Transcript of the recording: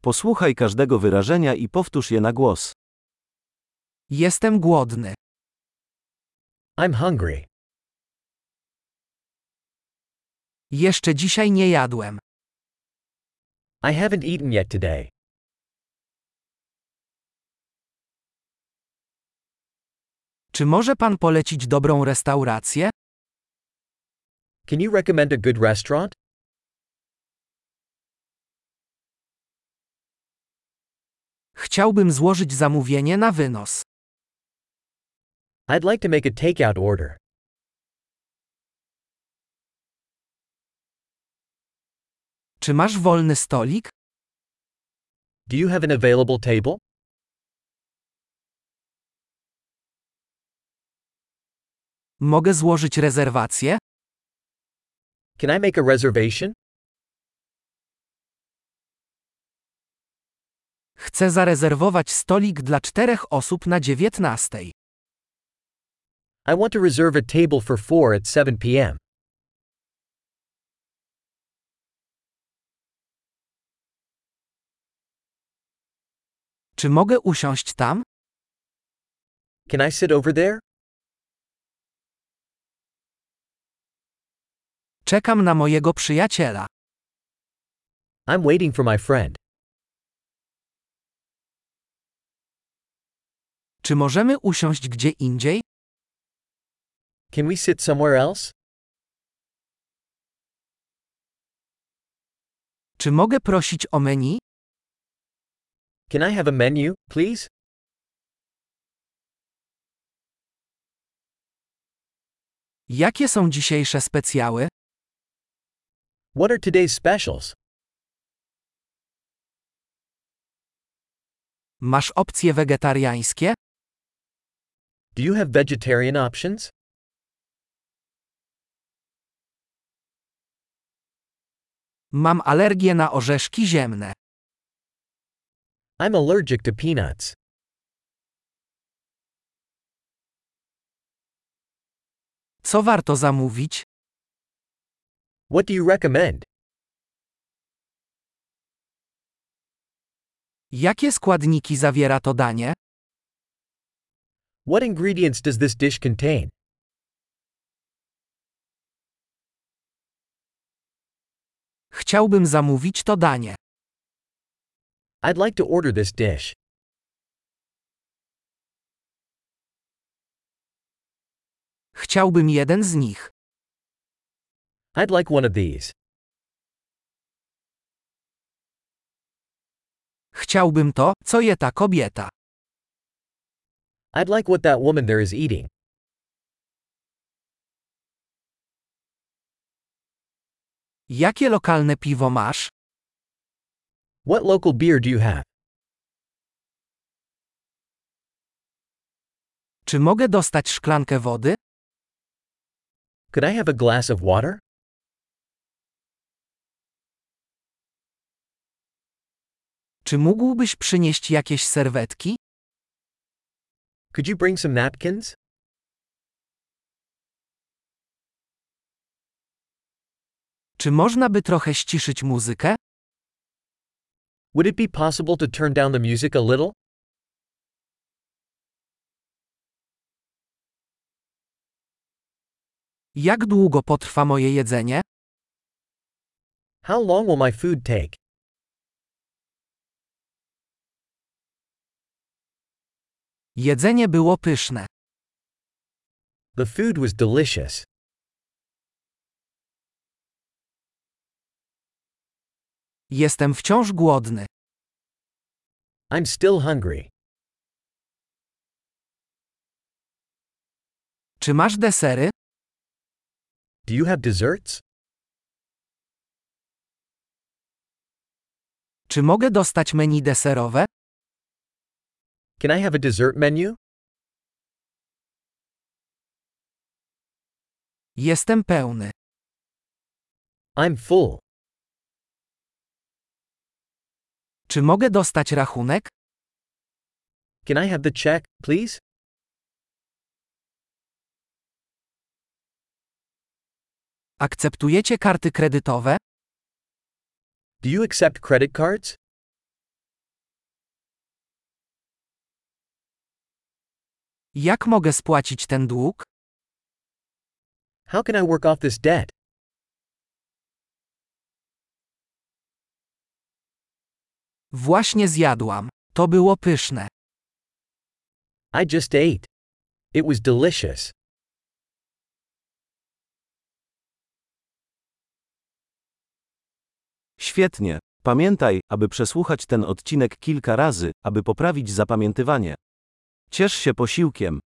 Posłuchaj każdego wyrażenia i powtórz je na głos. Jestem głodny. I'm hungry. Jeszcze dzisiaj nie jadłem. I haven't eaten yet today. Czy może pan polecić dobrą restaurację? Can you recommend a good restaurant? Chciałbym złożyć zamówienie na wynos. I'd like to make a takeout order. Czy masz wolny stolik? Do you have an available table? Mogę złożyć rezerwację? Can I make a reservation? Chcę zarezerwować stolik dla 4 osób na 19. I want to reserve a table for 4 at 7 p.m. Czy mogę usiąść tam? Can I sit over there? Czekam na mojego przyjaciela. I'm waiting for my friend. Czy możemy usiąść gdzie indziej? Can we sit somewhere else? Czy mogę prosić o menu? Can I have a menu, please? Jakie są dzisiejsze specjały? What are today's specials? Masz opcje wegetariańskie? Do you have vegetarian options? Mam alergię na orzeszki ziemne. I'm allergic to peanuts. Co warto zamówić? What do you recommend? Jakie składniki zawiera to danie? What ingredients does this dish contain? Chciałbym zamówić to danie. I'd like to order this dish. Chciałbym jeden z nich. I'd like one of these. Chciałbym to, co je ta kobieta. I'd like what that woman there is eating. Jakie lokalne piwo masz? What local beer do you have? Czy mogę dostać szklankę wody? Could I have a glass of water? Czy mógłbyś przynieść jakieś serwetki? Could you bring some napkins? Czy można by trochę ściszyć muzykę? Would it be possible to turn down the music a little? Jak długo potrwa moje jedzenie? How long will my food take? Jedzenie było pyszne. The food was delicious. Jestem wciąż głodny. I'm still hungry. Czy masz desery? Do you have desserts? Czy mogę dostać menu deserowe? Can I have a dessert menu? Jestem pełny. I'm full. Czy mogę dostać rachunek? Can I have the check, please? Akceptujecie karty kredytowe? Do you accept credit cards? Jak mogę spłacić ten dług? How can I work off this debt? Właśnie zjadłam. To było pyszne. I just ate. It was delicious. Świetnie. Pamiętaj, aby przesłuchać ten odcinek kilka razy, aby poprawić zapamiętywanie. Ciesz się posiłkiem.